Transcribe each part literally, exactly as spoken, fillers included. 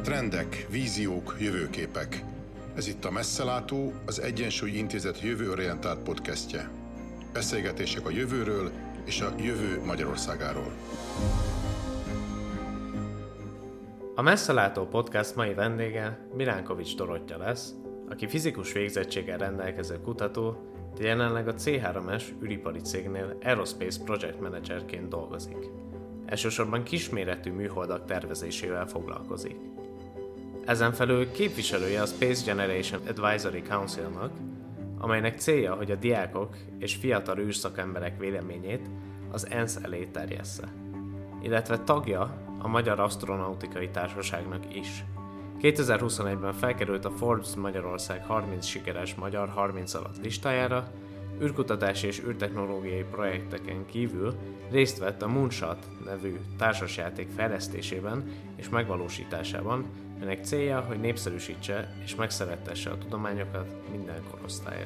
Trendek, víziók, jövőképek. Ez itt a Messzelátó, az Egyensúly Intézet jövőorientált podcastje. Beszélgetések a jövőről és a jövő Magyarországáról. A Messzelátó podcast mai vendége Milánkovics Dorottya lesz, aki fizikus végzettséggel rendelkező kutató, de jelenleg a cé három es űripari cégnél Aerospace Project Managerként dolgozik. Elsősorban kisméretű műholdak tervezésével foglalkozik. Ezenfelül képviselője a Space Generation Advisory Council-nak, amelynek célja, hogy a diákok és fiatal űrszakemberek véleményét az ENSZ elé terjessze, illetve tagja a Magyar Asztronautikai Társaságnak is. kétezer-huszonegyben felkerült a Forbes Magyarország harminc sikeres magyar harminc alatt listájára, űrkutatási és űrtechnológiai projekteken kívül részt vett a Moonshot nevű társasjáték fejlesztésében és megvalósításában, ennek célja, hogy népszerűsítse és megszerettesse a tudományokat minden korosztállyal.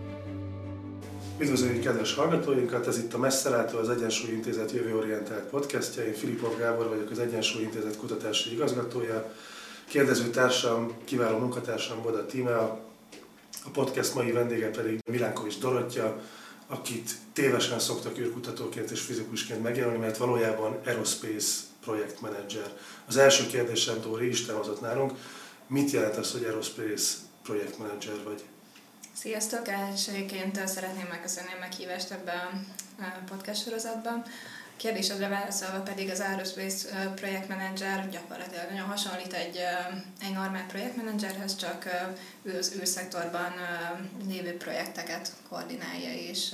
Üdvözöljük kedves hallgatóinkat, ez itt a Messzelátó, az Egyensúly Intézet jövőorientált podcastja. Én Filipov Gábor vagyok, az Egyensúly Intézet kutatási igazgatója. Kérdező társam, kiváló munkatársam Boda Tímea, a podcast mai vendége pedig Milánkovics Dorottya, akit tévesen szoktak űrkutatóként és fizikusként megjelölni, mert valójában Aerospace projektmenedzser. Az első kérdésem, Dóri, Isten hozott nálunk, mit jelent az, hogy Aerospace projektmenedzser vagy? Sziasztok! Elsőként szeretném megköszönni a meghívást ebben a podcast sorozatban. Kérdésedre válaszolva pedig az Aerospace projektmenedzser gyakorlatilag nagyon hasonlít egy, egy normál projektmenedzserhez, csak ő az űrszektorban lévő projekteket koordinálja és,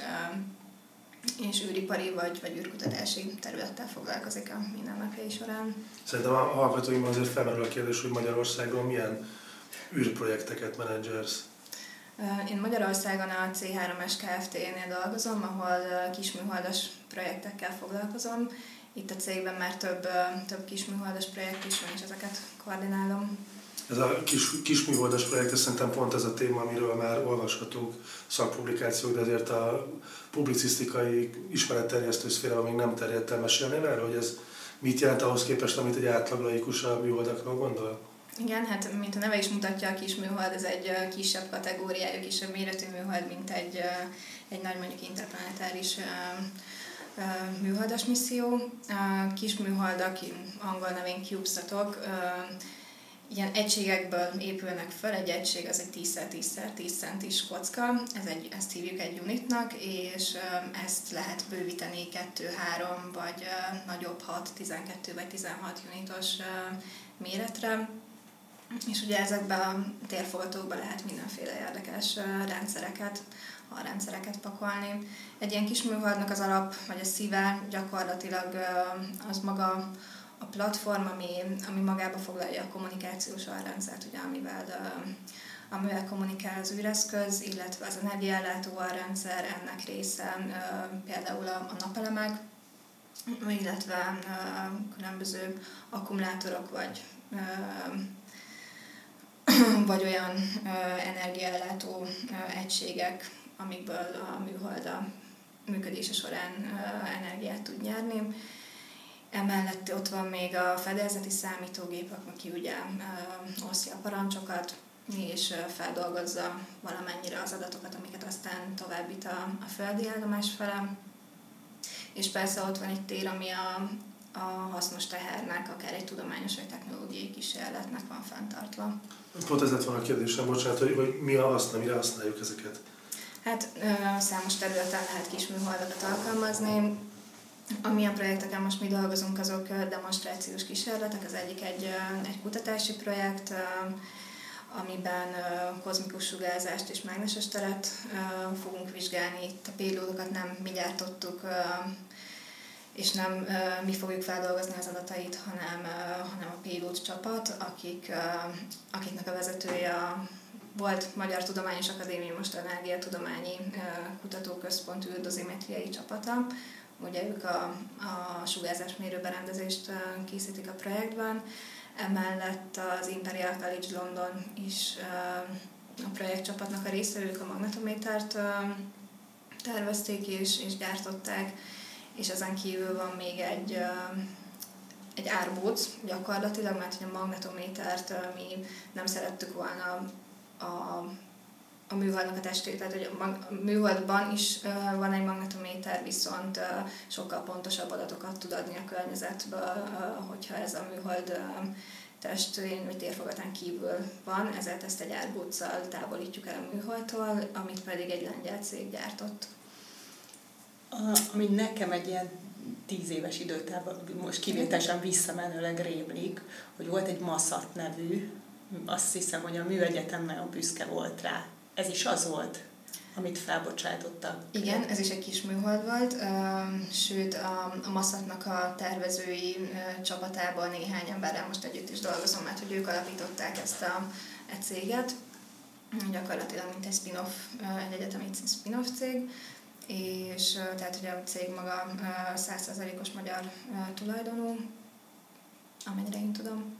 és űripari vagy, vagy űrkutatási területtel foglalkozik a mindennapjai során. Szerintem a hallgatóimban azért felmerül a kérdés, hogy Magyarországon milyen űrprojekteket menedzsersz? Én Magyarországon a cé három es Kft-nél dolgozom, ahol kisműholdas projektekkel foglalkozom. Itt a cégben már több, több kisműholdas projekt is van, és ezeket koordinálom. Ez a kis, kisműholdas projekt, szerintem pont ez a téma, amiről már olvashatunk szakpublikációk, de azért a publicisztikai ismeretterjesztő szférában még nem terjedt el. Mesélnél erről, hogy ez mit jelent ahhoz képest, amit egy átlaglaikus a műholdakról gondol? Igen, hát mint a neve is mutatja, a kisműhold, ez egy kisebb kategóriájú, kisebb méretű műhold, mint egy, egy nagy mondjuk interplanetáris műholdas misszió. A kisműholdak, angol nevén CubeSatok, ilyen egységekből épülnek fel, egy egység az egy tíz tíz tíz centis kocka, ez egy, ezt hívjuk egy unitnak, és ezt lehet bővíteni kettő, három vagy nagyobb hat, tizenkettő vagy tizenhat unitos méretre. És ugye ezekben a térfogatókban lehet mindenféle érdekes rendszereket, a rendszereket pakolni. Egy ilyen kis műholdnak az alap, vagy a szíve gyakorlatilag az maga a platform, ami, ami magába foglalja a kommunikációs alrendszert, ugye, amivel, amivel kommunikál az űreszköz, illetve az energiaellátó alrendszer, ennek része például a, a napelemek, illetve különböző akkumulátorok vagy vagy olyan ö, energiaellátó ö, egységek, amikből a műhold a működése során ö, energiát tud nyerni. Emellett ott van még a fedélzeti számítógép, aki ugye ö, osztja a parancsokat, és ö, feldolgozza valamennyire az adatokat, amiket aztán továbbít a, a földi állomás fele. És persze ott van egy tér, ami a, a hasznos tehernek, akár egy tudományos vagy technológiai kísérletnek van fenntartva. Pont ez lett volna a kérdésem, bocsánat, hogy, hogy mi a haszna, mire használjuk ezeket? Hát ö, számos területen lehet kisműholdakat alkalmazni. Amilyen projekteken most mi dolgozunk, azok demonstrációs kísérletek. Az egyik egy, egy kutatási projekt, amiben kozmikus sugárzást és mágneses teret fogunk vizsgálni. Itt a payloadokat nem mi gyártottuk, és nem uh, mi fogjuk feldolgozni az adatait, hanem, uh, hanem a payload csapat, akik, uh, akiknek a vezetője a volt Magyar Tudományos Akadémia, most Energiatudományi uh, Kutatóközpont űrdozimetriai csapata. Ugye ők a, a sugárzásmérő berendezést uh, készítik a projektben. Emellett az Imperial College London is uh, a projektcsapatnak a része, ők a magnetométert uh, tervezték és, és gyártották. És ezen kívül van még egy, egy árbóc gyakorlatilag, mert hogy a magnetométert mi nem szerettük volna a, a műholdnak a testét, tehát hogy a műholdban is van egy magnetométer, viszont sokkal pontosabb adatokat tud adni a környezetből, hogyha ez a műhold testén vagy térfogatán kívül van, ezért ezt egy árbóccal távolítjuk el a műholdtól, amit pedig egy lengyel cég gyártott. A, ami nekem egy ilyen tíz éves időtávon, most kivételesen visszamenőleg rémlik, hogy volt egy Maszat nevű, azt hiszem, hogy a Műegyetem nagyon büszke volt rá. Ez is az volt, amit felbocsátottak. Igen, ez is egy kis műhold volt, sőt a, a Maszatnak a tervezői csapatából néhány emberrel most együtt is dolgozom, mert hogy ők alapították ezt a, a céget, gyakorlatilag mint egy spin-off, egy egyetemi spin-off cég, és tehát hogy a cég maga száz százalékos magyar tulajdonú, amennyire én tudom.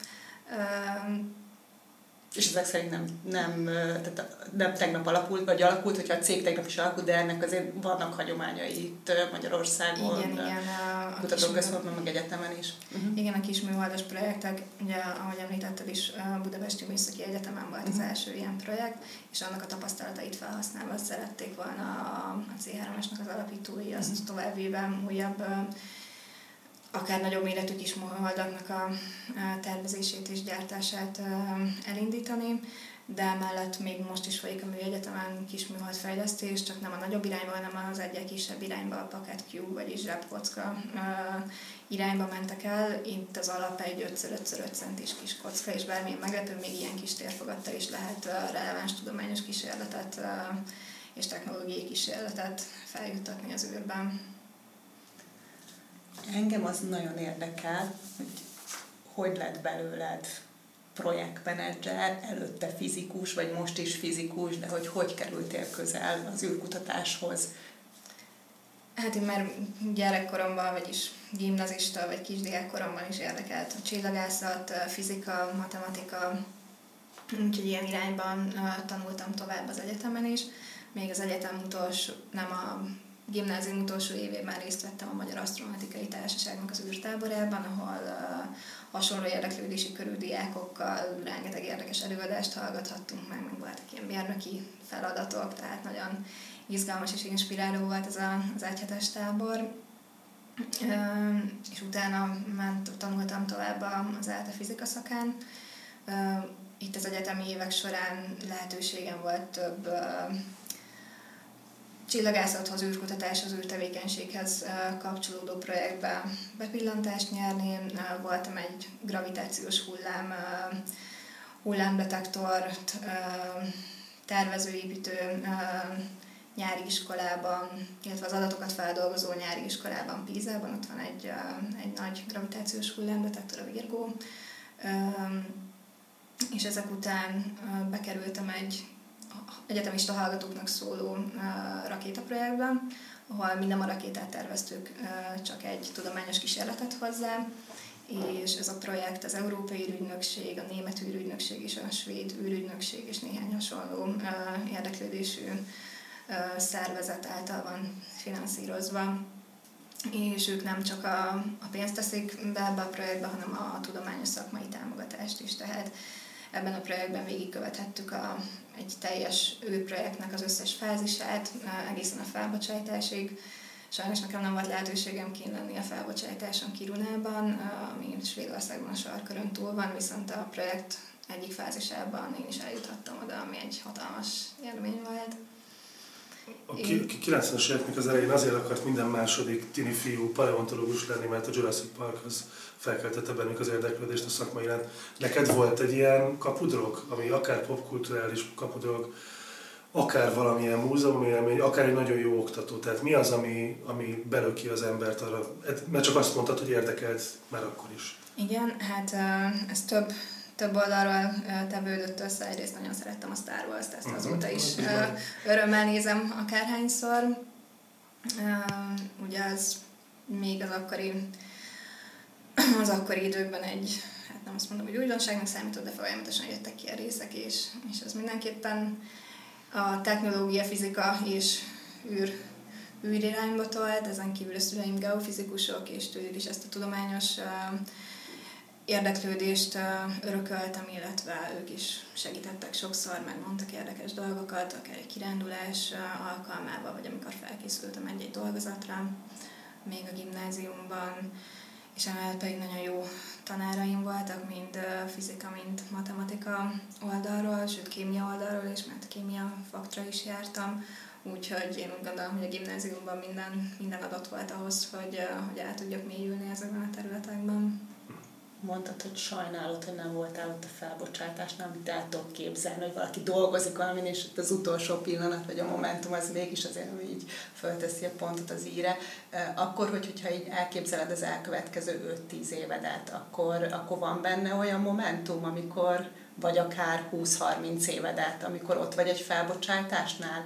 És ezek szerint nem, nem, tehát nem tegnap alakult, vagy alakult, hogyha a cég tegnap is alakult, de ennek azért vannak hagyományai itt Magyarországon, igen, igen, kutatóközpontban, meg egyetemen is. Uh-huh. Igen, a kis műholdas projektek, ugye, ahogy említetted is, a Budapesti Műszaki Egyetemen volt uh-huh. az első ilyen projekt, és annak a tapasztalatait felhasználva szerették volna a, a cé három esnek az alapítói azt uh-huh. továbbvéve újabb, akár nagyobb méretű kis műholdaknak a tervezését és gyártását elindítani, de emellett még most is folyik a Műegyetemen kis műholdfejlesztés, csak nem a nagyobb irányba, hanem az egyre kisebb irányba, a Pocket Cube, vagyis zsebkocka irányba mentek el. Itt az alap egy öt szor öt szor öt centis kis kocka, és bármilyen meglepő, még ilyen kis térfogattal is lehet releváns tudományos kísérletet és technológiai kísérletet feljuttatni az űrben. Engem az nagyon érdekel, hogy hogy lett belőled projektmenedzser, előtte fizikus, vagy most is fizikus, de hogy hogy kerültél közel az űrkutatáshoz? Hát én már gyerekkoromban, vagyis gimnazista, vagy kisdiákkoromban is érdekelt a csillagászat, fizika, matematika, úgyhogy ilyen irányban tanultam tovább az egyetemen is. Még az egyetem utolsó, nem a gimnázium utolsó évében részt vettem a Magyar Asztronautikai Társaságnak az űrtáborában, ahol uh, hasonló érdeklődési körű diákokkal rengeteg érdekes előadást hallgathattunk meg, meg voltak ilyen mérnöki feladatok, tehát nagyon izgalmas és inspiráló volt ez a, az egyhetes tábor. Uh, és utána ment, tanultam tovább az ELTE fizika szakán. Uh, itt az egyetemi évek során lehetőségem volt több uh, csillagászathoz, űrkutatáshoz, űrtevékenységhez kapcsolódó projektbe bepillantást nyerni. Voltam egy gravitációs hullám, hullámdetektort tervezőépítő nyári iskolában, illetve az adatokat feldolgozó nyári iskolában, Pízában, ott van egy, egy nagy gravitációs hullámdetektor, a Virgo. És ezek után bekerültem egy egyetemista hallgatóknak szóló uh, rakétaprojektben, ahol mi nem a rakétát terveztük, uh, csak egy tudományos kísérletet hozzá, és ez a projekt az Európai űrügynökség, a Német űrügynökség és a Svéd űrügynökség és néhány hasonló uh, érdeklődésű uh, szervezet által van finanszírozva, és ők nem csak a, a pénzt teszik be ebbe a projektbe, hanem a tudományos szakmai támogatást is, tehát ebben a projektben végigkövethettük a, egy teljes űrprojektnek az összes fázisát, egészen a felbocsátásig. Sajnos nekem nem volt lehetőségem kint lenni a felbocsátáson Kirunában, ami Svédországban a sarkörön túl van, viszont a projekt egyik fázisában én is eljuthattam oda, ami egy hatalmas élmény volt. A kilencvenes éveknek az elején azért akart minden második tini fiú paleontológus lenni, mert a Jurassic Parkhoz felkeltette bennük az érdeklődést a szakma iránt. Neked volt egy ilyen kapudrog, ami akár popkulturális kapudrog, akár valamilyen múzeum élmény, akár egy nagyon jó oktató. Tehát mi az, ami, ami belöki az embert arra? Mert csak azt mondtad, hogy érdekelt már akkor is. Igen, hát ez több, több oldalról tevődött össze. Egyrészt nagyon szerettem a Star Wars-t, ezt azóta is örömmel nézem akárhányszor. Ugye az még az akkori az akkori időkben egy, hát nem azt mondom, hogy újdonságnak számított, de folyamatosan jöttek ki a részek, és, és az mindenképpen a technológia, fizika és űr, űrirányba tolt, ezen kívül a szüleim geofizikusok, és tőlük is ezt a tudományos uh, érdeklődést örököltem, illetve ők is segítettek sokszor, megmondtak érdekes dolgokat, akár egy kirándulás alkalmával, vagy amikor felkészültem egy-egy dolgozatra, még a gimnáziumban, és emellett pedig nagyon jó tanáraim voltak, mind fizika, mind matematika oldalról, sőt kémia oldalról is, mert kémia faktra is jártam, úgyhogy én úgy gondolom, hogy a gimnáziumban minden, minden adott volt ahhoz, hogy, hogy el tudjak mélyülni ezekben a területekben. Mondtad, hogy sajnálod, hogy nem voltál ott a felbocsátásnál, amit el tudok képzelni, hogy valaki dolgozik valamin, és itt az utolsó pillanat, vagy a momentum, az mégis azért így fölteszi a pontot az íre. Akkor, hogy, hogyha így elképzeled az elkövetkező öt-tíz évedet, akkor, akkor van benne olyan momentum, amikor, vagy akár húsz-harminc évedet, amikor ott vagy egy felbocsátásnál,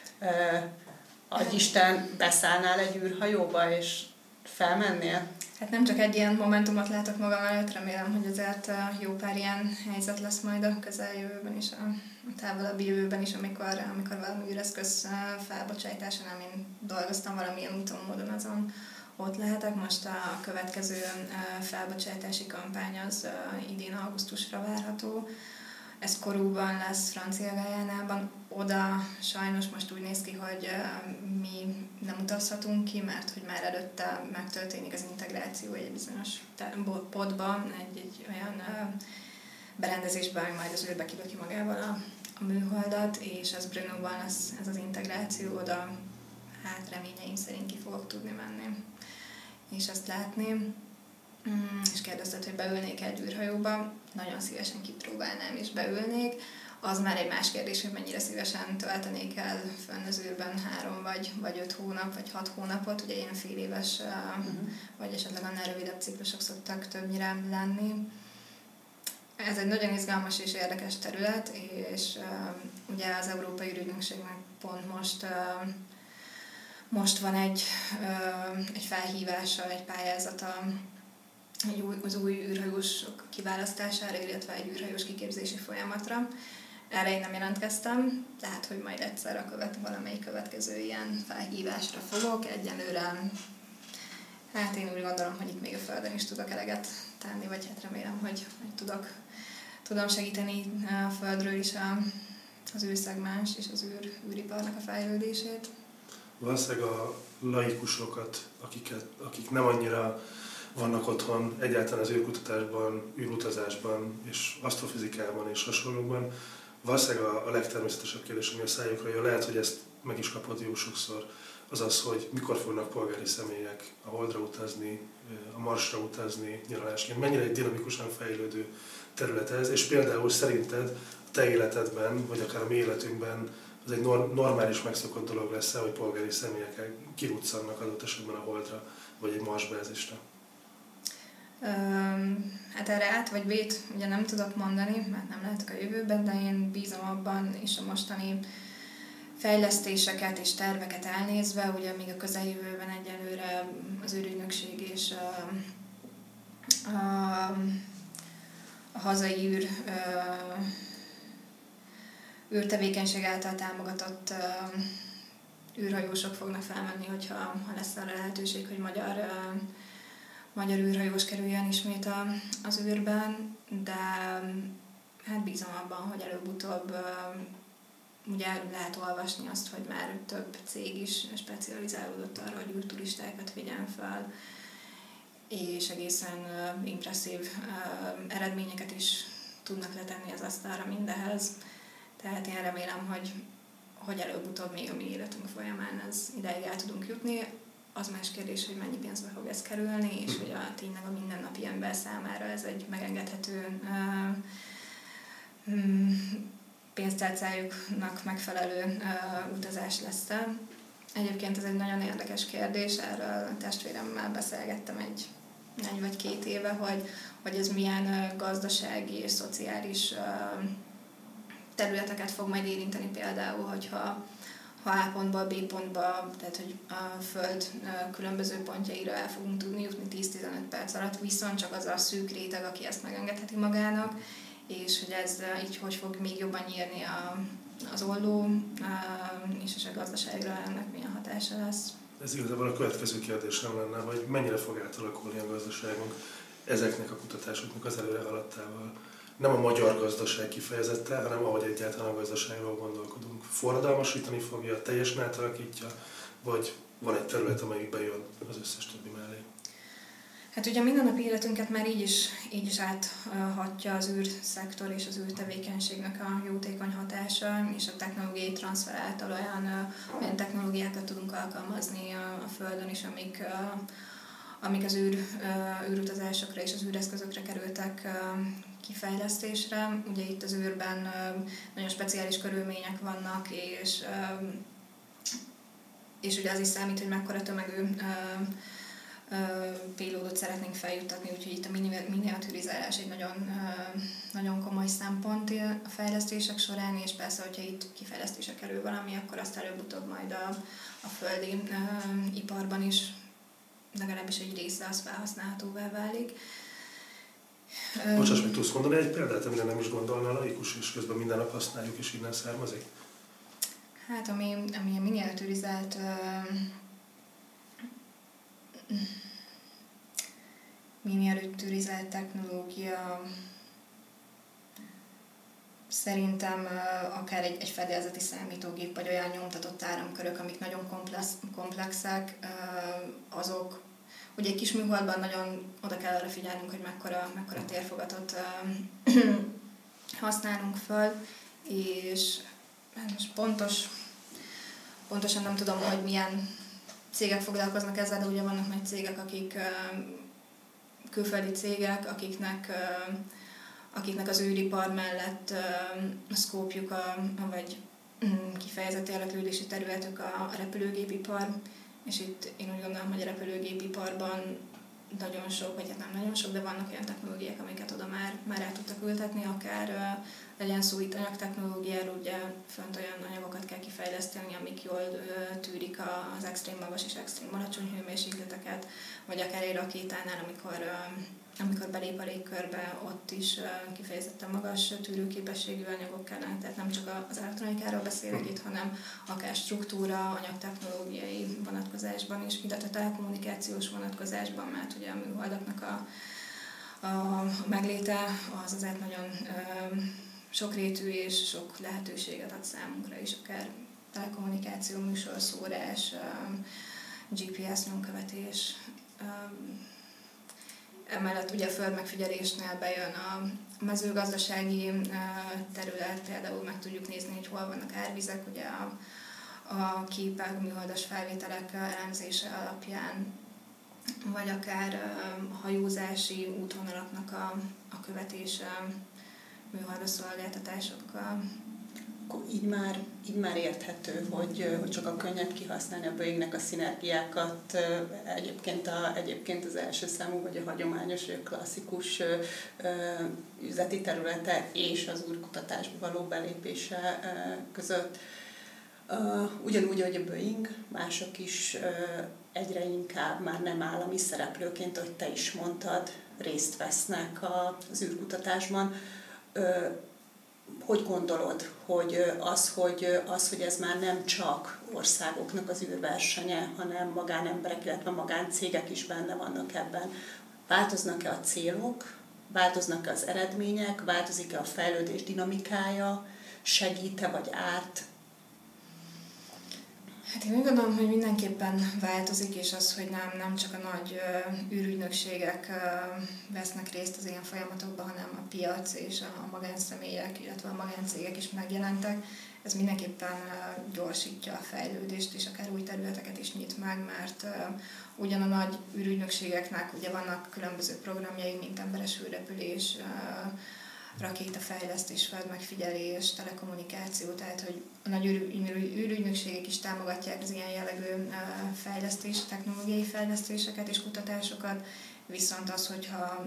Agyisten, beszállnál egy űrhajóba, és felmennél? Hát nem csak egy ilyen momentumot látok magam előtt, remélem, hogy azért jó pár ilyen helyzet lesz majd a közeljövőben is, a távolabbi jövőben is, amikor, amikor valami űreszköz felbocsátásánál én dolgoztam valamilyen úton, módon azon ott lehetek. Most a következő felbocsátási kampány az idén augusztusra várható. Ez Korúban lesz, Francia Gajánában. Oda sajnos most úgy néz ki, hogy mi nem utazhatunk ki, mert hogy már előtte megtörténik az integráció egy bizonyos podban, egy, egy olyan berendezésben, ami majd az űrbe kilöki magával a, a műholdat, és ez Brnóban lesz ez az integráció, oda hát reményeim szerint ki fogok tudni menni, és ezt látni. És kérdezted, hogy beülnék egy űrhajóba, nagyon szívesen kipróbálnám és beülnék. Az már egy más kérdés, hogy mennyire szívesen töltenék el fönn az űrben három vagy, vagy öt hónap, vagy hat hónapot. Ugye ilyen fél éves, uh-huh. vagy esetleg annál rövidebb ciklusok szoktak többnyire lenni. Ez egy nagyon izgalmas és érdekes terület, és uh, ugye az Európai űrügynökségnek pont most, uh, most van egy, uh, egy felhívása, egy pályázata az új űrhajósok kiválasztására, illetve egy űrhajós kiképzési folyamatra. Erre én nem jelentkeztem, tehát hogy majd egyszer a követ, valamelyik következő ilyen felhívásra fogok. Egyenlőre, hát én úgy gondolom, hogy itt még a Földön is tudok eleget tenni, vagy hát remélem, hogy, hogy tudok, tudom segíteni a Földről is a, az űrszegmens és az űr, űriparnak a fejlődését. Valószínűleg a laikusokat, akiket, akik nem annyira vannak otthon egyáltalán az űrkutatásban, űrutazásban és asztrofizikában és hasonlókban. Valószínűleg a, a legtermészetesebb kérdés, ami a szájukra jön, lehet, hogy ezt meg is kapod jó sokszor, az az, hogy mikor fognak polgári személyek a Holdra utazni, a Marsra utazni nyaralásként. Mennyire egy dinamikusan fejlődő terület ez, és például szerinted a te életedben, vagy akár a mi életünkben az egy normális, megszokott dolog lesz, hogy polgári személyek kiruccannak adott esetben a Holdra, vagy egy Marsbázisra? Hát erre át vagy vét ugye nem tudok mondani, mert nem lehetek a jövőben, de én bízom abban, és a mostani fejlesztéseket és terveket elnézve, ugye még a közeljövőben egyelőre az űrügynökség és a, a, a hazai űr, űrtevékenység által támogatott űrhajósok fognak felmenni, hogyha ha lesz arra lehetőség, hogy magyar magyar űrhajós kerüljön ismét a, az űrben, de hát bízom abban, hogy előbb-utóbb ugye lehet olvasni azt, hogy már több cég is specializálódott arra, hogy űrturistákat vigyen fel, és egészen impresszív eredményeket is tudnak letenni az asztalra mindehez. Tehát én remélem, hogy, hogy előbb-utóbb még a mi életünk folyamán ez ideig el tudunk jutni. Az más kérdés, hogy mennyi pénzbe fog ez kerülni, és hogy a, tényleg a mindennapi ember számára ez egy megengedhető uh, um, pénztárcájuknak megfelelő uh, utazás lesz. Egyébként ez egy nagyon érdekes kérdés, erről a testvéremmel beszélgettem egy, egy vagy két éve, hogy, hogy ez milyen uh, gazdasági és szociális uh, területeket fog majd érinteni, például, hogyha ha A pontból B pontba, tehát hogy a Föld különböző pontjaira el fogunk tudni jutni tíz-tizenöt perc alatt, viszont csak az a szűk réteg, aki ezt megengedheti magának, és hogy ez így hogy fog még jobban nyírni a, az olló, és a gazdaságra ennek milyen hatása lesz. Ez igazából a következő kérdésem lenne, hogy mennyire fog átalakulni a gazdaságunk. ezeknek a kutatásoknak az előre haladtával? Nem a magyar gazdaság kifejezetten, hanem ahogy egyáltalán a gazdaságról gondolkodunk. Forradalmasítani fogja, teljesen átalakítja, vagy van egy terület, amelyik bejön az összes többi mellé? Hát ugye mindennapi életünket már így is, így is áthatja az űrszektor és az űrtevékenységnek a jótékony hatása, és a technológiai transfer által olyan, olyan technológiákat tudunk alkalmazni a, a Földön is, amik, amik az űr, űrutazásokra és az űreszközökre kerültek kifejlesztésre. Ugye itt az űrben nagyon speciális körülmények vannak, és, és ugye az is számít, hogy mekkora tömegű payloadot szeretnénk feljuttatni, úgyhogy itt a miniaturizálás egy nagyon, nagyon komoly szempont a fejlesztések során, és persze, hogyha itt kifejlesztésre kerül valami, akkor azt előbb-utóbb majd a, a földi uh, iparban is legalábbis egy része az felhasználhatóvá válik. Bocsáss, meg tudsz mondani egy példát, amire nem is gondolna a laikus, és közben minden nap használjuk, és innen származik? Hát, ami, ami a miniaturizált uh, miniaturizált technológia szerintem akár egy, egy fedélzeti számítógép, vagy olyan nyomtatott áramkörök, amik nagyon komplex, komplexek, azok, ugye egy kis műholdban nagyon oda kell arra figyelnünk, hogy mekkora, mekkora térfogatot használunk föl, és most pontos, pontosan nem tudom, hogy milyen cégek foglalkoznak ezzel, de ugye vannak nagy cégek, akik külföldi cégek, akiknek, akiknek az űripar mellett a szkópjuk, a, vagy kifejezett érdeklődési területük a repülőgépipar, és itt én úgy gondolom, hogy a repülőgépiparban nagyon sok, vagy hát nem nagyon sok, de vannak olyan technológiák, amiket oda már, már el tudtak ültetni, akár uh, legyen szó itt anyagtechnológiáról, ugye fönt olyan anyagokat kell kifejleszteni, amik jól uh, tűrik az extrém magas és extrém alacsony hőmérsékleteket, vagy akár egy rakétánál, amikor, uh, amikor belép a légkörbe, ott is uh, kifejezetten magas tűrőképességű anyagok kellene, tehát nem csak az elektronikáról beszélek itt, hanem akár struktúra, anyagtechnológiai vonatkozásban is, illetve telekommunikációs vonatkozásban, mert ugye a műholdaknak a, a megléte az azért nagyon ö, sokrétű és sok lehetőséget ad számunkra is, akár telekommunikáció, műsorszórás, ö, gé pé es nyomkövetés. Ö, emellett ugye a földmegfigyelésnél bejön a mezőgazdasági ö, terület, például meg tudjuk nézni, hogy hol vannak árvizek, ugye a, a képek, műholdas felvételek elemzése alapján, vagy akár uh, hajózási útvonalaknak a, a követése műholdas szolgáltatásokkal. Akkor így már, így már érthető, hogy, hogy csak a könnyebb kihasználni a Boeingnek a szinergiákat. Egyébként, a, egyébként az első számú, vagy a hagyományos, vagy a klasszikus ö, üzleti területe és az űrkutatásba való belépése ö, között. Uh, ugyanúgy, hogy a Boeing, mások is uh, egyre inkább már nem állami szereplőként, ahogy te is mondtad, részt vesznek a, az űrkutatásban. Uh, hogy gondolod, hogy az, hogy az, hogy ez már nem csak országoknak az űrversenye, hanem magánemberek, illetve magáncégek is benne vannak ebben. Változnak-e a célok, változnak-e az eredmények, változik-e a fejlődés dinamikája, segít-e vagy árt? Hát én úgy gondolom, hogy mindenképpen változik, és az, hogy nem, nem csak a nagy uh, űrügynökségek uh, vesznek részt az ilyen folyamatokban, hanem a piac és a, a magánszemélyek, illetve a magáncégek is megjelentek. Ez mindenképpen uh, gyorsítja a fejlődést, és akár új területeket is nyit meg, mert uh, ugyan a nagy űrügynökségeknek ugye vannak különböző programjai, mint emberes űrrepülés, uh, rakétafejlesztés, földmegfigyelés, telekommunikáció, tehát hogy a nagy űrügynökségek is támogatják az ilyen jellegű fejlesztés, technológiai fejlesztéseket és kutatásokat, viszont az, hogyha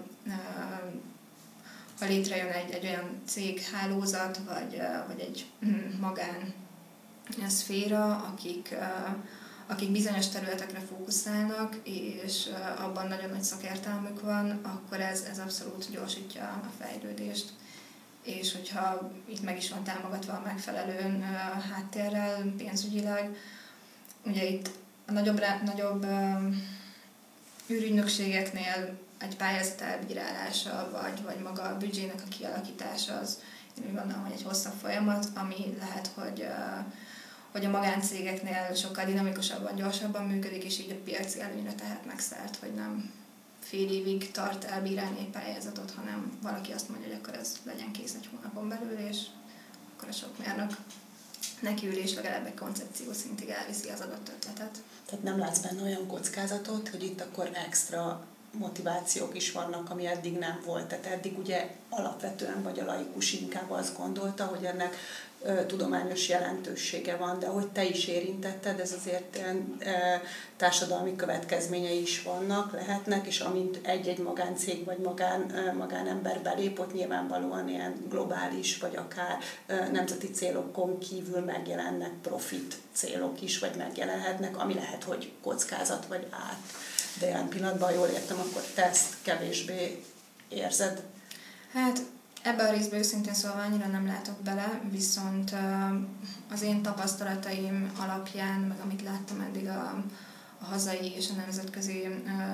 ha létrejön egy, egy olyan céghálózat, vagy, vagy egy magán szféra, akik, akik bizonyos területekre fókuszálnak, és abban nagyon nagy szakértelmük van, akkor ez, ez abszolút gyorsítja a fejlődést. És hogyha itt meg is van támogatva a megfelelő háttérrel, pénzügyileg, ugye itt a nagyobb, nagyobb űrügynökségeknél egy pályázat elbírálása, vagy, vagy maga a büdzsének a kialakítása, az én úgy gondolom, hogy egy hosszabb folyamat, ami lehet, hogy, hogy a magáncégeknél sokkal dinamikusabban, gyorsabban működik, és így a piaci előnyre tehetnek szert, hogy nem fél évig tart elbírálni egy pályázatot, hanem valaki azt mondja, hogy akkor ez legyen kész egy hónapon belül, és akkor a sok mérnök nekiül és legalább egy koncepció szintig elviszi az adott ötletet. Tehát nem látsz benne olyan kockázatot, hogy itt akkor extra motivációk is vannak, ami eddig nem volt. Tehát eddig ugye alapvetően vagy a laikus inkább azt gondolta, hogy ennek ö, tudományos jelentősége van, de hogy te is érintetted, ez azért ilyen ö, társadalmi következményei is vannak, lehetnek, és amint egy-egy magáncég vagy magán, ö, magánember belép, ott nyilvánvalóan ilyen globális, vagy akár ö, nemzeti célokon kívül megjelennek profit célok is, vagy megjelenhetnek, ami lehet, hogy kockázat vagy át. De jelen pillanatban, jól értem, akkor te ezt kevésbé érzed? Hát ebbe a részbe őszintén szólva annyira nem látok bele, viszont az én tapasztalataim alapján, meg amit láttam eddig a, a hazai és a nemzetközi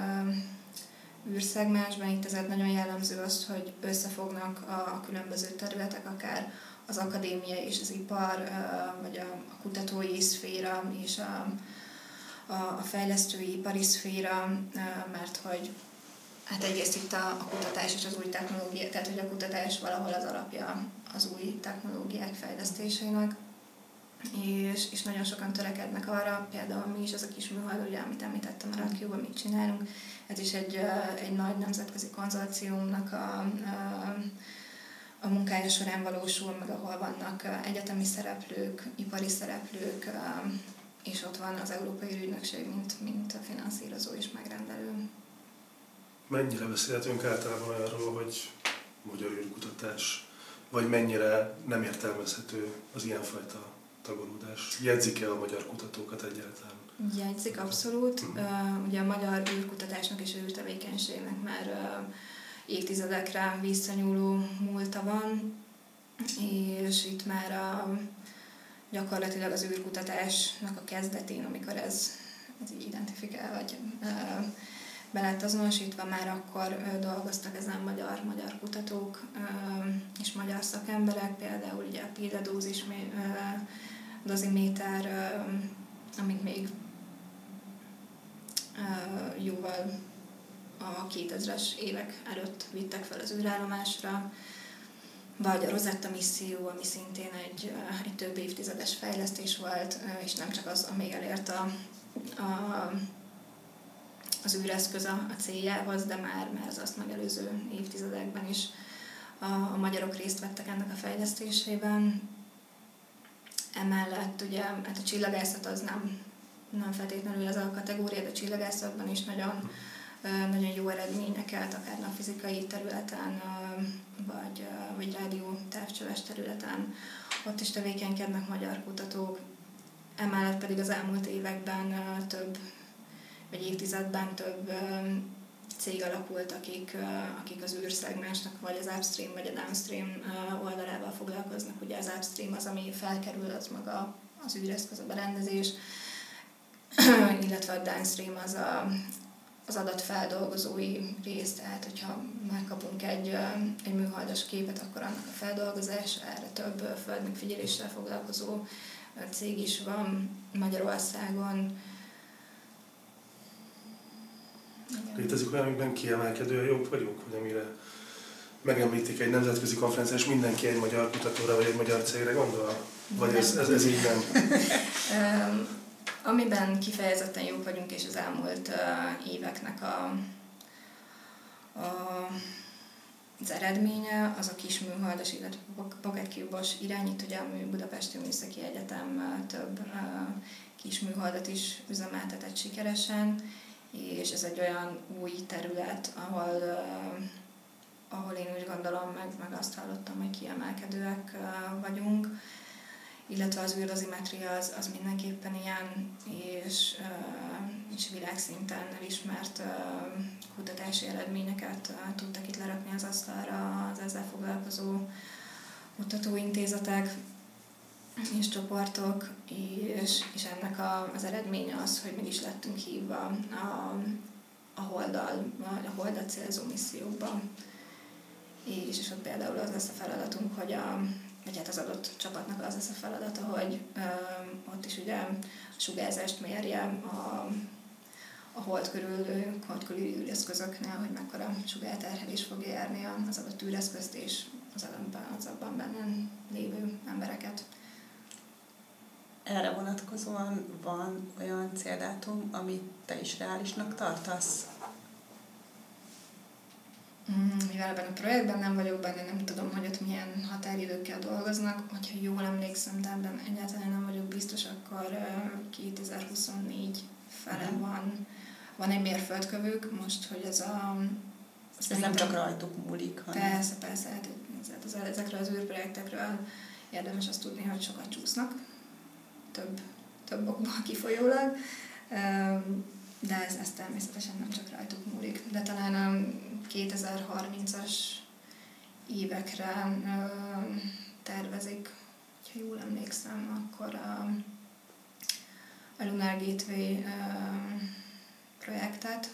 űrszegmensben, itt ezért nagyon jellemző az, hogy összefognak a különböző területek, akár az akadémia és az ipar, vagy a kutatói szféra és a a fejlesztői ipari szféra, mert hogy hát egyrészt itt a, a kutatás és az új technológia, tehát hogy a kutatás valahol az alapja az új technológiák fejlesztésének, és, és nagyon sokan törekednek arra, például mi is, az a kis műhold, ugye, amit említettem, a RadCube-ban mit csinálunk, ez is egy, egy nagy nemzetközi konzorciumnak a, a, a munkája során valósul, meg ahol vannak egyetemi szereplők, ipari szereplők, és ott van az Európai Ügynökség, mint, mint a finanszírozó és megrendelő. Mennyire beszélhetünk általában arról, hogy magyar űrkutatás, vagy mennyire nem értelmezhető az ilyenfajta tagolódás? Jegyzik-e a magyar kutatókat egyáltalán? Jegyzik, abszolút. Uh, ugye a magyar űrkutatásnak és űrtevékenységnek már uh, évtizedekre visszanyúló múlta van, és itt már a gyakorlatilag az űrkutatásnak a kezdetén, amikor ez, ez így identifikál, vagy ö, be lett azonosítva, már akkor ö, dolgoztak ezen magyar, magyar kutatók ö, és magyar szakemberek, például ugye a pildadózis doziméter, ö, amit még ö, jóval a kétezres évek előtt vittek fel az űrállomásra, vagy a Rosetta misszió, ami szintén egy, egy több évtizedes fejlesztés volt, és nem csak az, amíg elért a, a, az űreszköz a, a céljához, de már, már az azt megelőző évtizedekben is a, a magyarok részt vettek ennek a fejlesztésében. Emellett ugye hát a csillagászat az nem, nem feltétlenül ez a kategória, de a csillagászatban is nagyon nagyon jó eredményeket, akár a fizikai területen, vagy, vagy rádió távcsöves területen. Ott is tevékenykednek magyar kutatók. Emellett pedig az elmúlt években több, vagy évtizedben több cég alakult, akik, akik az űrszegmensnek vagy az upstream vagy a downstream oldalával foglalkoznak. Ugye az upstream az, ami felkerül, az maga az űreszköz, a berendezés, illetve a downstream az a az adatfeldolgozói rész, tehát hogyha megkapunk egy, egy műholdas képet, akkor annak a feldolgozására több földmegfigyeléssel foglalkozó cég is van Magyarországon. Létezik olyan, amiben kiemelkedően jók vagyunk, hogy amire megemlítik egy nemzetközi konferencián, és mindenki egy magyar kutatóra vagy egy magyar cégre gondol? Vagy ez, ez, ez így nem? Amiben kifejezetten jók vagyunk, és az elmúlt uh, éveknek a, a, az eredménye, az a kis műholdas, illetve Pocket Cube-os irányít, ugye a Budapesti Műszaki Egyetem uh, több uh, kis műholdat is üzemeltetett sikeresen, és ez egy olyan új terület, ahol, uh, ahol én úgy gondolom, meg, meg azt hallottam, hogy kiemelkedőek uh, vagyunk, illetve az űrdozimetria az, az mindenképpen ilyen, és, és világszinten elismert kutatási eredményeket tudtak itt lerakni az asztalra az ezzel foglalkozó kutatóintézetek és csoportok, és, és ennek a, az eredménye az, hogy meg is lettünk hívva a, a Holddal, a Holdat célzó missziókban. És, és ott például az lesz a feladatunk, hogy a, vagy hát az adott csapatnak az lesz a feladata, hogy ö, ott is ugye a sugárzást mérje a, a hold körül, hold körüli űreszközöknél, hogy mekkora sugárterhelés fog érni az adott űreszközt és az abban, az abban benne lévő embereket. Erre vonatkozóan van olyan céldátum, amit te is reálisnak tartasz? Mivel ebben a projektben nem vagyok benne, nem tudom, hogy ott milyen határidőkkel dolgoznak. Hogyha jól emlékszem, de ebben egyáltalán nem vagyok biztos, akkor kétezer-huszonnégy fele van, van egy mérföldkövük most, hogy ez a... Ez nem csak rajtuk múlik, hanem... Persze, persze, hát az, ezekről az űrprojektekről érdemes azt tudni, hogy sokat csúsznak, több, több okból kifolyólag, de ez, ez természetesen nem csak rajtuk múlik. De talán a kétezer-harmincas évekre tervezik, ha jól emlékszem, akkor a, a Lunar Gateway projektet,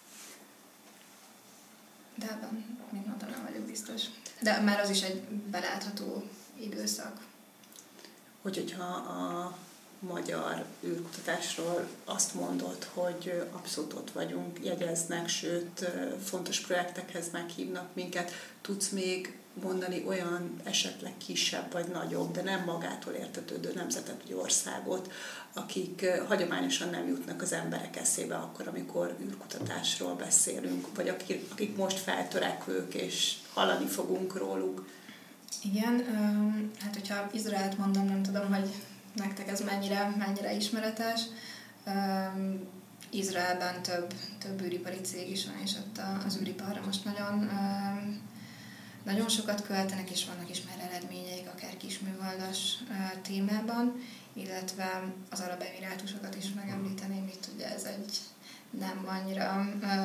de ebben még mondtam, nem vagyok biztos. De már az is egy belátható időszak. Hogy, hogyha a magyar űrkutatásról azt mondod, hogy abszolút ott vagyunk, jegyeznek, sőt, fontos projektekhez meghívnak minket, tudsz még mondani olyan esetleg kisebb vagy nagyobb, de nem magától értetődő nemzetet vagy országot, akik hagyományosan nem jutnak az emberek eszébe akkor, amikor űrkutatásról beszélünk, vagy akik, akik most feltörekvők, és hallani fogunk róluk? Igen, hát hogyha Izraelt mondom, nem tudom, hogy nektek ez mennyire, mennyire ismeretes. Izraelben több, több űripari cég is van, és ott az űriparra most nagyon, nagyon sokat költenek, és vannak is már eredményeik, akár kisműholdas témában, illetve az Arab Emirátusokat is megemlíteném, itt ugye ez egy nem annyira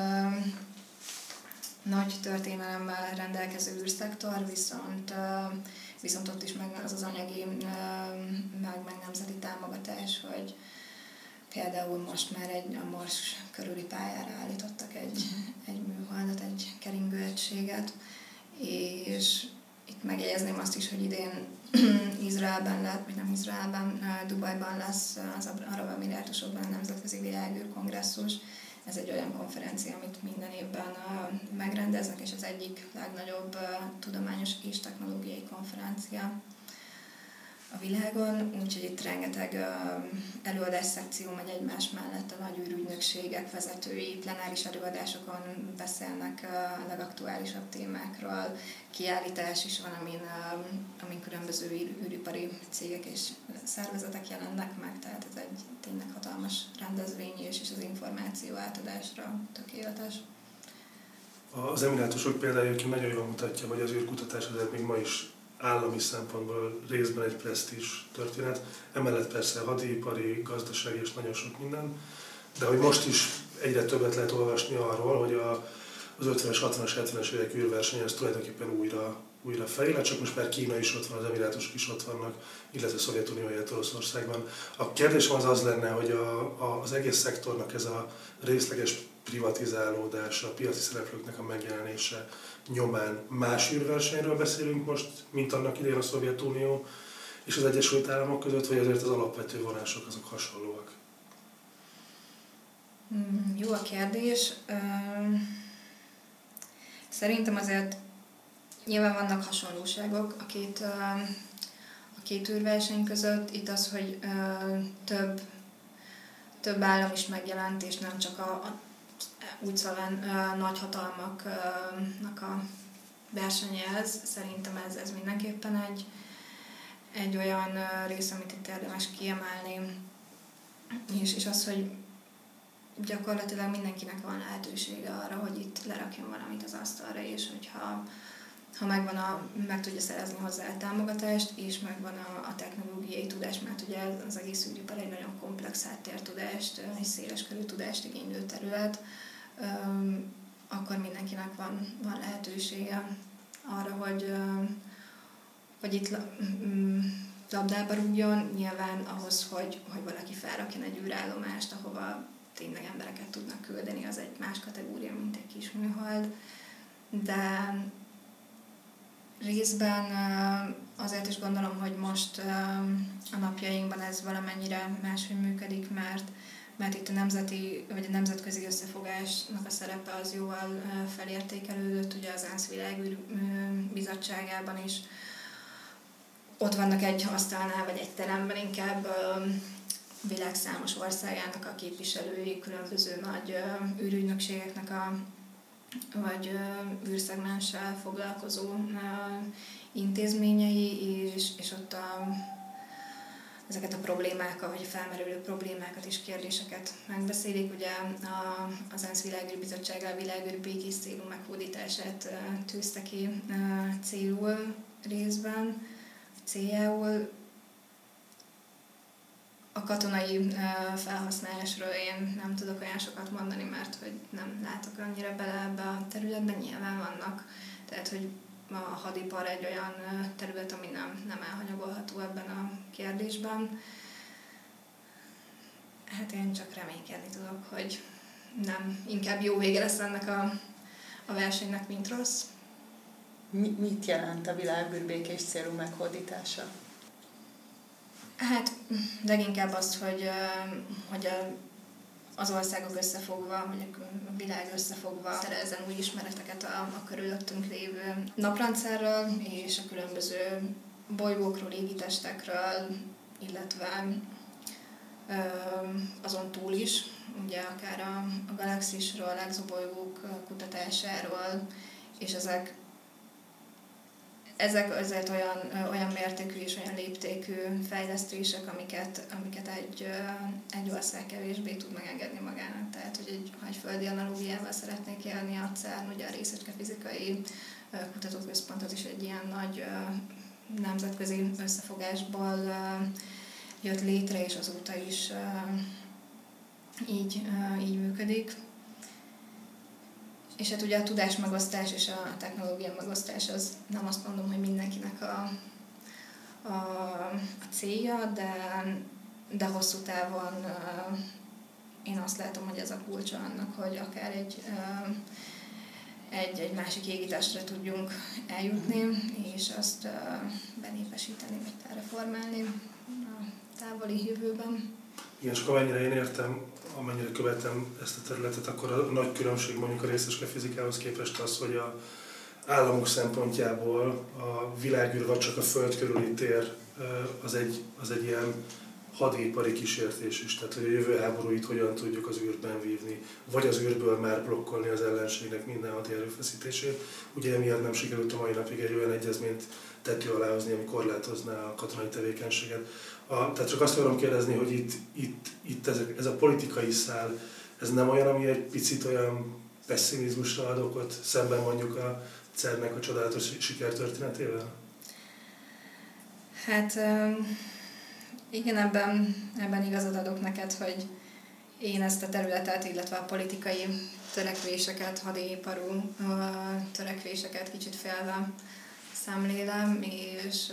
nagy történelemmel rendelkező űrszektor, viszont, viszont ott is megvan az az anyagi, meg, meg nemzeti támogatás, hogy például most már egy a Mars körüli pályára állítottak egy, egy műholdat, egy keringőegységet, és itt megjegyezném azt is, hogy idén Izraelben lett, vagy nem Izraelben, Dubajban lesz az Arab Emirátusokban a Nemzetközi Világűrkongresszus. Ez egy olyan konferencia, amit minden évben megrendeznek, és az egyik legnagyobb tudományos és technológiai konferencia a világon, úgyhogy itt rengeteg előadás szekció megy egymás mellett, a nagy űrügynökségek vezetői plenáris előadásokon beszélnek a legaktuálisabb témákról, kiállítás is van, amin, amin különböző űripari cégek és szervezetek jelennek meg, tehát ez egy tényleg hatalmas rendezvény, és az információ átadásra tökéletes. Az emirátusok példája, aki nagyon jól mutatja, hogy az űrkutatás azért még ma is állami szempontból részben egy presztízs történet, emellett persze hadipari, gazdasági és nagyon sok minden, de hogy most is egyre többet lehet olvasni arról, hogy a, az ötvenes, hatvanas, hetvenes évek űrverseny az tulajdonképpen újra, újra fejlett, csak most már Kína is ott van, az emirátusok is ott vannak, illetve Szovjetunió helyett Oroszországban. A kérdésem az az lenne, hogy a, a, az egész szektornak ez a részleges privatizálódása, a piaci szereplőknek a megjelenése nyomán más űrversenyről beszélünk most, mint annak idején a Szovjetunió és az Egyesült Államok között, vagy azért az alapvető vonások azok hasonlóak? Mm, jó a kérdés. Szerintem azért nyilván vannak hasonlóságok a két, a két űrverseny között. Itt az, hogy több, több állam is megjelent, és nem csak a, a úgy szóval nagyhatalmaknak a versenye ez. Szerintem ez, ez mindenképpen egy, egy olyan rész, amit itt érdemes kiemelni. És, és az, hogy gyakorlatilag mindenkinek van lehetősége arra, hogy itt lerakjon valamit az asztalra, és hogyha ha megvan a, meg tudja szerezni hozzá a támogatást, és megvan a, a technológiai tudás, mert ugye az egész űripar egy nagyon komplex háttértudást, egy széleskörű tudást igénylő terület, akkor mindenkinek van, van lehetősége arra, hogy, hogy itt labdába rúgjon. Nyilván ahhoz, hogy, hogy valaki felrakjon egy űrállomást, ahova tényleg embereket tudnak küldeni, az egy más kategória, mint egy kis műhold. De részben azért is gondolom, hogy most a napjainkban ez valamennyire máshogy működik, mert, mert itt a nemzeti vagy a nemzetközi összefogásnak a szerepe az jóval felértékelődött, ugye az ENSZ Világűr Bizottságában is. Ott vannak egy asztalnál, vagy egy teremben inkább világ számos országának a képviselői, különböző nagy űrügynökségeknek a vagy űrszegmenssel foglalkozó intézményei, és, és ott a, ezeket a problémákat, vagy a felmerülő problémákat és kérdéseket megbeszélik. Ugye a, az ENSZ Világűr Bizottsága a világűr békés célú meghódítását tűzte ki célul részben, céljául. A katonai felhasználásról én nem tudok olyan sokat mondani, mert hogy nem látok annyira bele ebbe a területbe, nyilván vannak. Tehát, hogy a hadipar egy olyan terület, ami nem, nem elhanyagolható ebben a kérdésben. Hát én csak reménykedni tudok, hogy nem, inkább jó vége lesz ennek a, a versenynek, mint rossz. Mit jelent a világűr békés célú meghódítása? Hát leginkább azt, hogy, hogy az országok összefogva, vagy a világ összefogva szerezzen új ismereteket a, a körülöttünk lévő naprendszerről és a különböző bolygókról, égitestekről, illetve azon túl is, ugye akár a, a galaxisról, a exobolygók kutatásáról, és ezek Ezek azért olyan, olyan mértékű és olyan léptékű fejlesztések, amiket, amiket egy, egy ország kevésbé tud megengedni magának. Tehát, hogy egy, ha egy földi analógiával szeretnék élni, a cern, ugye a Részecske Fizikai Kutatóközpont az is egy ilyen nagy nemzetközi összefogásból jött létre, és azóta is így, így működik. És hát ugye a tudásmegosztás és a technológia megosztás az nem azt mondom, hogy mindenkinek a, a, a célja, de, de hosszú távon uh, én azt látom, hogy ez a kulcsa annak, hogy akár egy, uh, egy, egy másik égitestre tudjunk eljutni, és azt uh, benépesíteni, vagy terraformálni a távoli jövőben. Igen, és akkor amennyire én értem, amennyire követem ezt a területet, akkor a nagy különbség mondjuk a részecske fizikához képest az, hogy a államok szempontjából a világűr vagy csak a föld körüli tér az egy, az egy ilyen hadipari kísértés is. Tehát, hogy a jövő háborúit hogyan tudjuk az űrben vívni, vagy az űrből már blokkolni az ellenségnek minden hadi erőfeszítését. Ugye emiatt nem sikerült a mai napig egy olyan egyezményt tető alá hozni, ami korlátozná a katonai tevékenységet. A, tehát csak azt akarom kérdezni, hogy itt, itt, itt ez, ez a politikai szál, ez nem olyan, ami egy picit olyan pessimizmusra ad okot szemben mondjuk a cérnek a csodálatos sikertörténetével? Hát igen, ebben, ebben igazad adok neked, hogy én ezt a területet, illetve a politikai törekvéseket, hadiparú törekvéseket kicsit félve szemlélem, és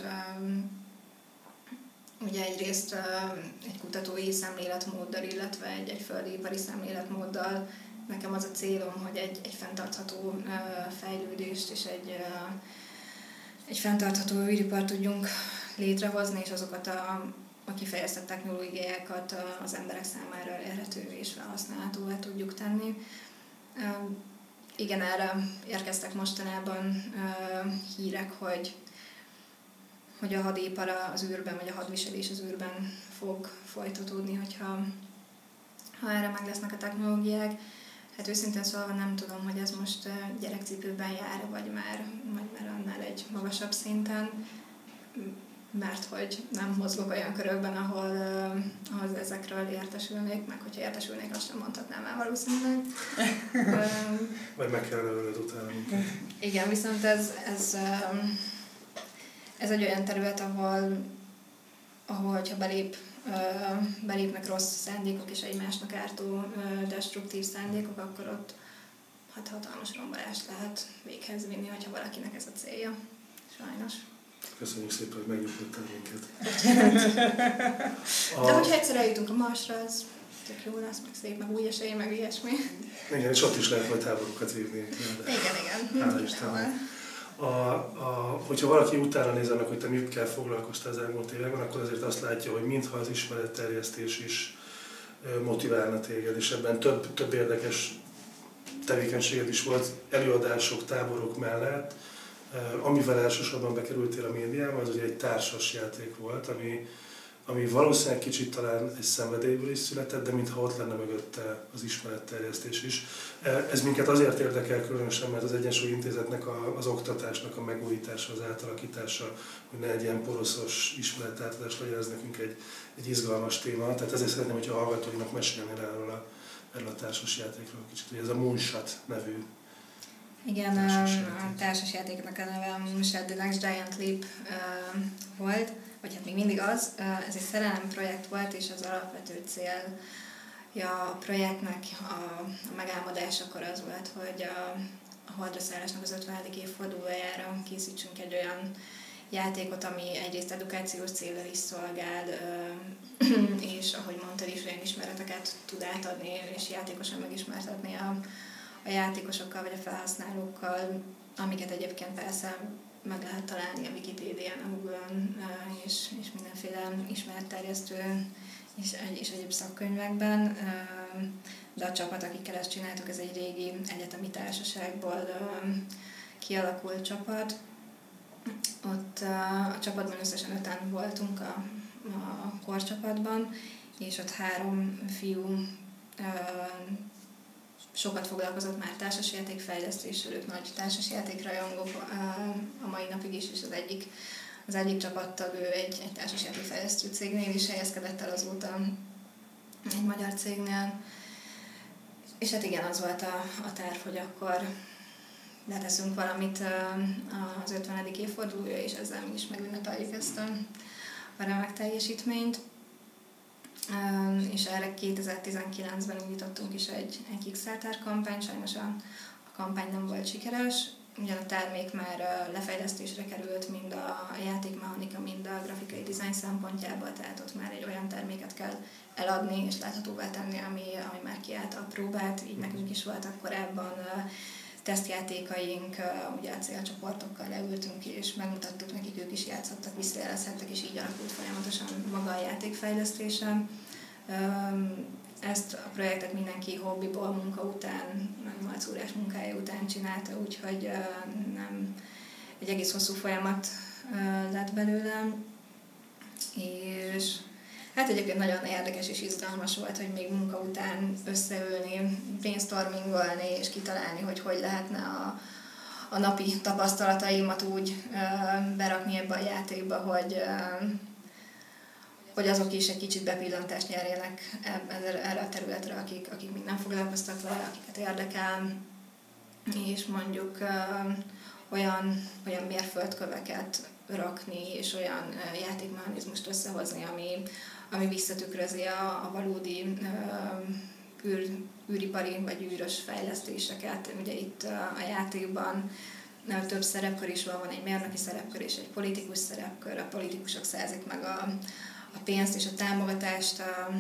ugye egyrészt egy kutatói szemléletmóddal, illetve egy, egy földi ipari szemléletmóddal nekem az a célom, hogy egy, egy fenntartható fejlődést és egy, egy fenntartható űripart tudjunk létrehozni, és azokat a, a kifejeztett technológiákat az emberek számára elérhetővé és felhasználhatóvá tudjuk tenni. Igen, erre érkeztek mostanában hírek, hogy hogy a hadipar az űrben, vagy a hadviselés az űrben fog folytatódni, hogyha ha erre meg lesznek a technológiák. Hát őszintén szólva nem tudom, hogy ez most gyerekcipőben jár, vagy már, vagy már annál egy magasabb szinten, mert hogy nem mozgok olyan körökben, ahol, ahol ezekről értesülnék, meg hogyha értesülnék, azt sem mondhatnám el valószínűleg. Vagy meg kellene ölnöd utána. Igen, viszont ez, ez Ez egy olyan terület, ahol, ahol ha belép, belépnek rossz szándékok és egymásnak ártó, destruktív szándékok, akkor ott hát hatalmas rombolást lehet véghez vinni, hogyha valakinek ez a célja. Sajnos. Köszönjük szépen, hogy megnyugtattál minket. De hogyha egyszer eljutunk a Marsra, az tök jó lesz, meg szép, meg új esély, meg ilyesmi. Igen, és ott is lehet majd háborúkat vívni. Igen, igen. Hála Istennek. A, a, hogyha valaki utána néz annak, hogy te mikkel foglalkoztál az elmúlt években, akkor azért azt látja, hogy mintha az ismeretterjesztés is motiválna téged, és ebben több, több érdekes tevékenységed is volt, előadások, táborok mellett. Amivel elsősorban bekerültél a médiába, az ugye egy társas játék volt, ami, ami valószínűleg kicsit talán egy szenvedélyből is született, de mintha ott lenne mögötte az ismeretterjesztés is. Ez minket azért érdekel különösen, mert az Egyensúly Intézetnek a, az oktatásnak a megújítása, az átalakítása, hogy ne egy ilyen poroszos ismeretátadás legyen, ez nekünk egy, egy izgalmas téma. Tehát ezért szeretném, hogyha a hallgatóinak mesélnél erről a, erről a társas játékról kicsit, hogy ez a Moonshot nevű. Igen, a társasjátéknak a neve a Moonshot The Next Giant Leap uh, volt, vagy hát még mindig az. Uh, ez egy szerelem projekt volt, és az alapvető célja a projektnek a, a megálmodásakor az volt, hogy a, a holdra szállásnak az ötvenedik évfordulójára készítsünk egy olyan játékot, ami egyrészt edukációs céllal is szolgál, uh, és ahogy mondtad is, olyan ismereteket tud átadni, és játékosan megismertetni a a játékosokkal vagy a felhasználókkal, amiket egyébként persze meg lehet találni a Wikipédián, a Google-on és, és mindenféle ismeretterjesztő és, és egyéb szakkönyvekben. De a csapat, akikkel ezt csináltuk, ez egy régi egyetemi társaságból kialakult csapat. Ott a csapatban összesen öten voltunk a, a korcsapatban, és ott három fiú sokat foglalkozott már társasjátékfejlesztéssel, ők nagy társasjátékrajongók a mai napig is, és az egyik, az egyik csapattag, ő egy, egy társasjátékfejlesztő cégnél is helyezkedett el azóta egy magyar cégnél. És hát igen, az volt a, a terv, hogy akkor leteszünk valamit az ötvenedik évfordulója, és ezzel mi is megünnepeljük ezt a, a remek teljesítményt. És erre kétezer-tizenkilencben indítottunk is egy, egy Kickstarter kampányt, sajnos a, a kampány nem volt sikeres, ugyan a termék már lefejlesztésre került, mind a játékmechanika, mind a grafikai dizájn szempontjából, tehát ott már egy olyan terméket kell eladni és láthatóvá tenni, ami, ami már kiállt a próbát, így nekünk is voltak korábban tesztjátékaink, ugye a célcsoportokkal leültünk és megmutattuk nekik, ők is játszottak, visszajelezhettek, és így alakult folyamatosan maga a játékfejlesztése. Ezt a projektet mindenki hobbiból, munka után, nyolc órás munkája után csinálta, úgyhogy nem egy egész hosszú folyamat lett belőle. És hát egyébként nagyon érdekes és izgalmas volt, hogy még munka után összeülni, brainstormingolni és kitalálni, hogy hogy lehetne a, a napi tapasztalataimat úgy uh, berakni ebbe a játékba, hogy, uh, hogy azok is egy kicsit bepillantást nyerjenek erre a területre, akik, akik még nem foglalkoztak vele, akiket érdekel, és mondjuk uh, olyan, olyan mérföldköveket rakni, és olyan uh, játékmechanizmust összehozni, ami, ami visszatükrözi a, a valódi uh, űr, űripari vagy űrös fejlesztéseket. Ugye itt uh, a játékban uh, több szerepkör is van, van egy mérnöki szerepkör és egy politikus szerepkör. A politikusok szerzik meg a, a pénzt és a támogatást a,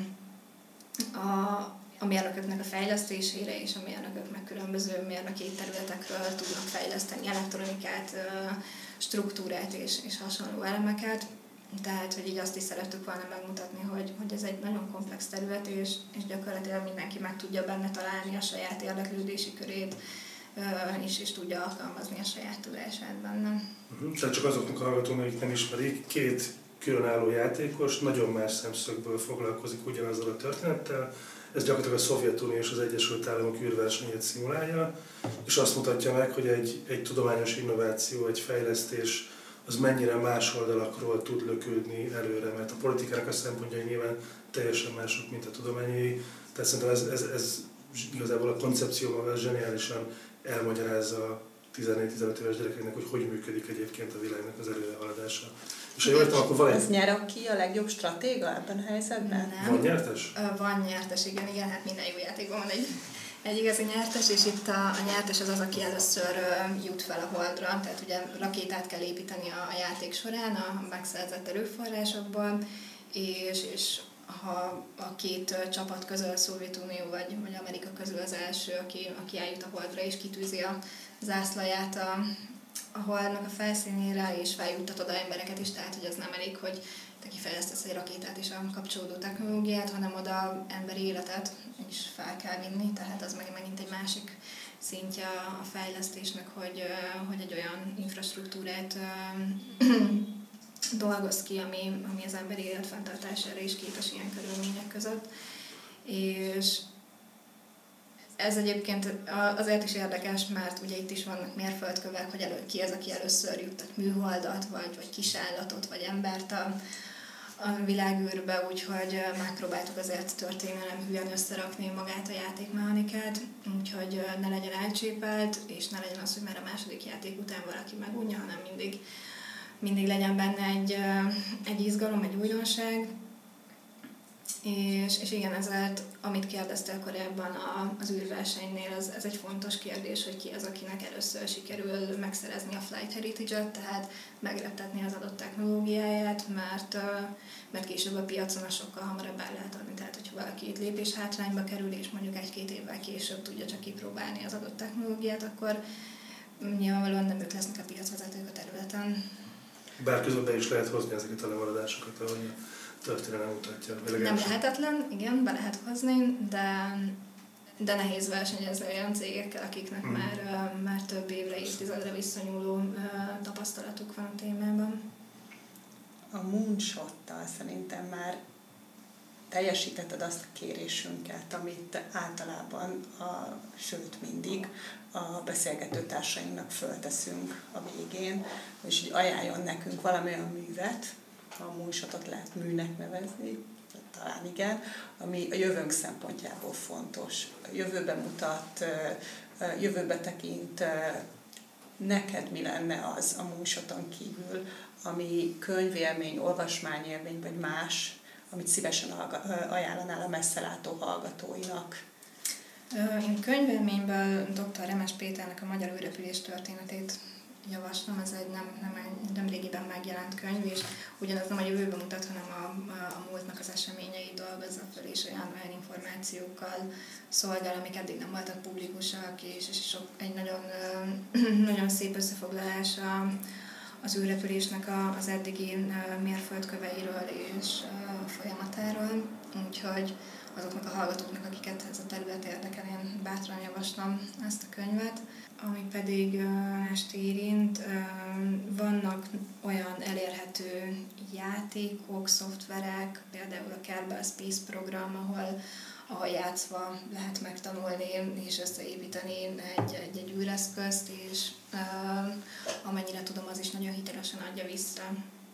a, a mérnököknek a fejlesztésére, és a mérnökök meg különböző mérnöki területekről tudnak fejleszteni elektronikát, uh, struktúrát és, és hasonló elemeket. Tehát, hogy így azt is szerettük volna megmutatni, hogy, hogy ez egy nagyon komplex terület, és, és gyakorlatilag mindenki meg tudja benne találni a saját érdeklődési körét, és, és tudja alkalmazni a saját tudását benne. Uh-huh. Tehát csak azoknak a hallgatóknak, akik nem ismerik, két különálló játékos nagyon más szemszögből foglalkozik ugyanazzal a történettel. Ez gyakorlatilag a Szovjetunió és az Egyesült Államok űrversenyét szimulálja, és azt mutatja meg, hogy egy, egy tudományos innováció, egy fejlesztés az mennyire más oldalakról tud lökődni előre, mert a politikának a szempontjai nyilván teljesen mások, mint a tudományai. Tehát szerintem ez, ez, ez igazából a koncepcióval zseniálisan elmagyarázza a tizennégy-tizenöt éves gyerekeknek, hogy hogy működik egyébként a világnak az előrehaladása. És ha jól értem, akkor van egy... Ez nyer ki a legjobb stratéga ebben a helyzetben? Nem. Van nyertes? Van nyertes, igen, igen, hát minden jó játékban van egy, egy igazi nyertes, és itt a, a nyertes az az, aki először uh, jut fel a holdra, tehát ugye rakétát kell építeni a, a játék során a megszerzett erőforrásokból, és, és ha a két csapat közül a Szovjetunió vagy, vagy Amerika közül az első, aki, aki eljut a Holdra és kitűzi a zászlaját a, a Holdnak a felszínére, és feljuttat oda embereket is, tehát hogy az nem elég, hogy te kifejlesztesz egy rakétát és a kapcsolódó technológiát, hanem oda emberi életet is fel kell vinni, tehát az meg megint egy másik szintje a fejlesztésnek, hogy, hogy egy olyan infrastruktúrát dolgoz ki, ami, ami az emberi élet fenntartására is képes ilyen körülmények között. És ez egyébként azért is érdekes, mert ugye itt is vannak mérföldkövek, hogy elő, ki az, aki először juttat műholdat, vagy, vagy kisállatot, vagy embert a, a világűrbe, úgyhogy megpróbáltuk azért történelem hülyen összerakni magát a játékmechanikát, úgyhogy ne legyen elcsépelt, és ne legyen az, hogy már a második játék után valaki megunja, hanem mindig, mindig legyen benne egy, egy izgalom, egy újdonság. És, és igen, ezért, amit kérdeztél korábban az űrversenynél, az, ez egy fontos kérdés, hogy ki az, akinek először sikerül megszerezni a Flight Heritage-et, tehát megreptetni az adott technológiáját, mert, mert később a piacon sokkal hamarabb el lehet adni. Tehát, hogyha valaki itt lépés hátrányba kerül, és mondjuk egy-két évvel később tudja csak kipróbálni az adott technológiát, akkor nyilvánvalóan nem ők lesznek a piacvezetők a területen. Bár közben be is lehet hozni ezeket a lemaradásokat, ahogy történelem mutatja. Nem lehetetlen, igen, be lehet hozni, de, de nehéz versenyezni olyan cégekkel, akiknek mm. már, már több évre, évtizedre visszanyúló tapasztalatuk van a témában. A Moonshot-tal szerintem már teljesítetted azt a kérésünket, amit általában, a, sőt mindig a beszélgető társainknak fölteszünk a végén, és hogy ajánljon nekünk valami olyan művet, a Moonshotot lehet műnek nevezni, talán igen, ami a jövőnk szempontjából fontos. Jövőbe mutat, jövőbe tekint, neked mi lenne az a Moonshoton kívül, ami könyvélmény, olvasmányélmény vagy más, amit szívesen ajánlanál a messzelátó hallgatóinak? Én könyvélményből dr. Remes Péternek a Magyar űrrepülés történetét javaslom, ez egy nem, nem, nem régiben megjelent könyv, és ugyanaz nem a jövőben mutat, hanem a, a, a múltnak az eseményeit dolgozza fel, és olyan, olyan információkkal szolgál, amik eddig nem voltak publikusak, és, és sok, egy nagyon, nagyon szép összefoglalása az űrrepülésnek az eddigi mérföldköveiről és folyamatáról, úgyhogy azoknak a hallgatóknak, akiket ez a terület érdekel, én bátran javaslom ezt a könyvet. Ami pedig ezt érint, vannak olyan elérhető játékok, szoftverek, például a Kerbal Space program, ahol, ahol játszva lehet megtanulni és összeépíteni egy, egy, egy űreszközt, és amennyire tudom, az is nagyon hitelesen adja vissza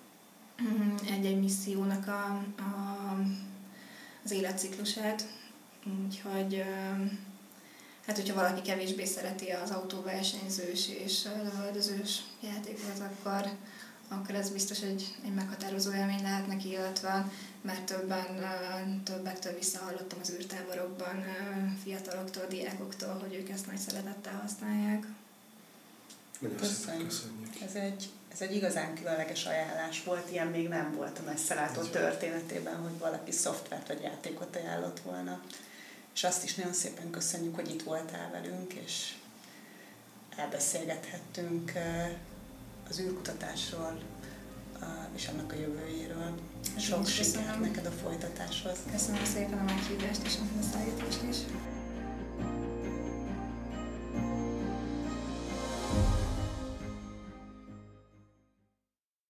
egy-egy missziónak a, a, az életciklusát. Úgyhogy hát, hogyha valaki kevésbé szereti az autóversenyzős és lövöldözős játékokat, akkor, akkor ez biztos egy, egy meghatározó élmény lehet neki, illetve mert többen, többektől visszahallottam az űrtáborokban, fiataloktól, diákoktól, hogy ők ezt nagy szeretettel használják. Köszönjük. Ez egy, ez egy igazán különleges ajánlás volt, ilyen még nem volt a messzelátó történetében, hogy valaki szoftvert vagy játékot ajánlott volna. És azt is nagyon szépen köszönjük, hogy itt voltál velünk, és elbeszélgethettünk az űrkutatásról és annak a jövőjéről. Sok sikert neked a folytatáshoz. Köszönöm szépen a meghívást és a hozzájutást is.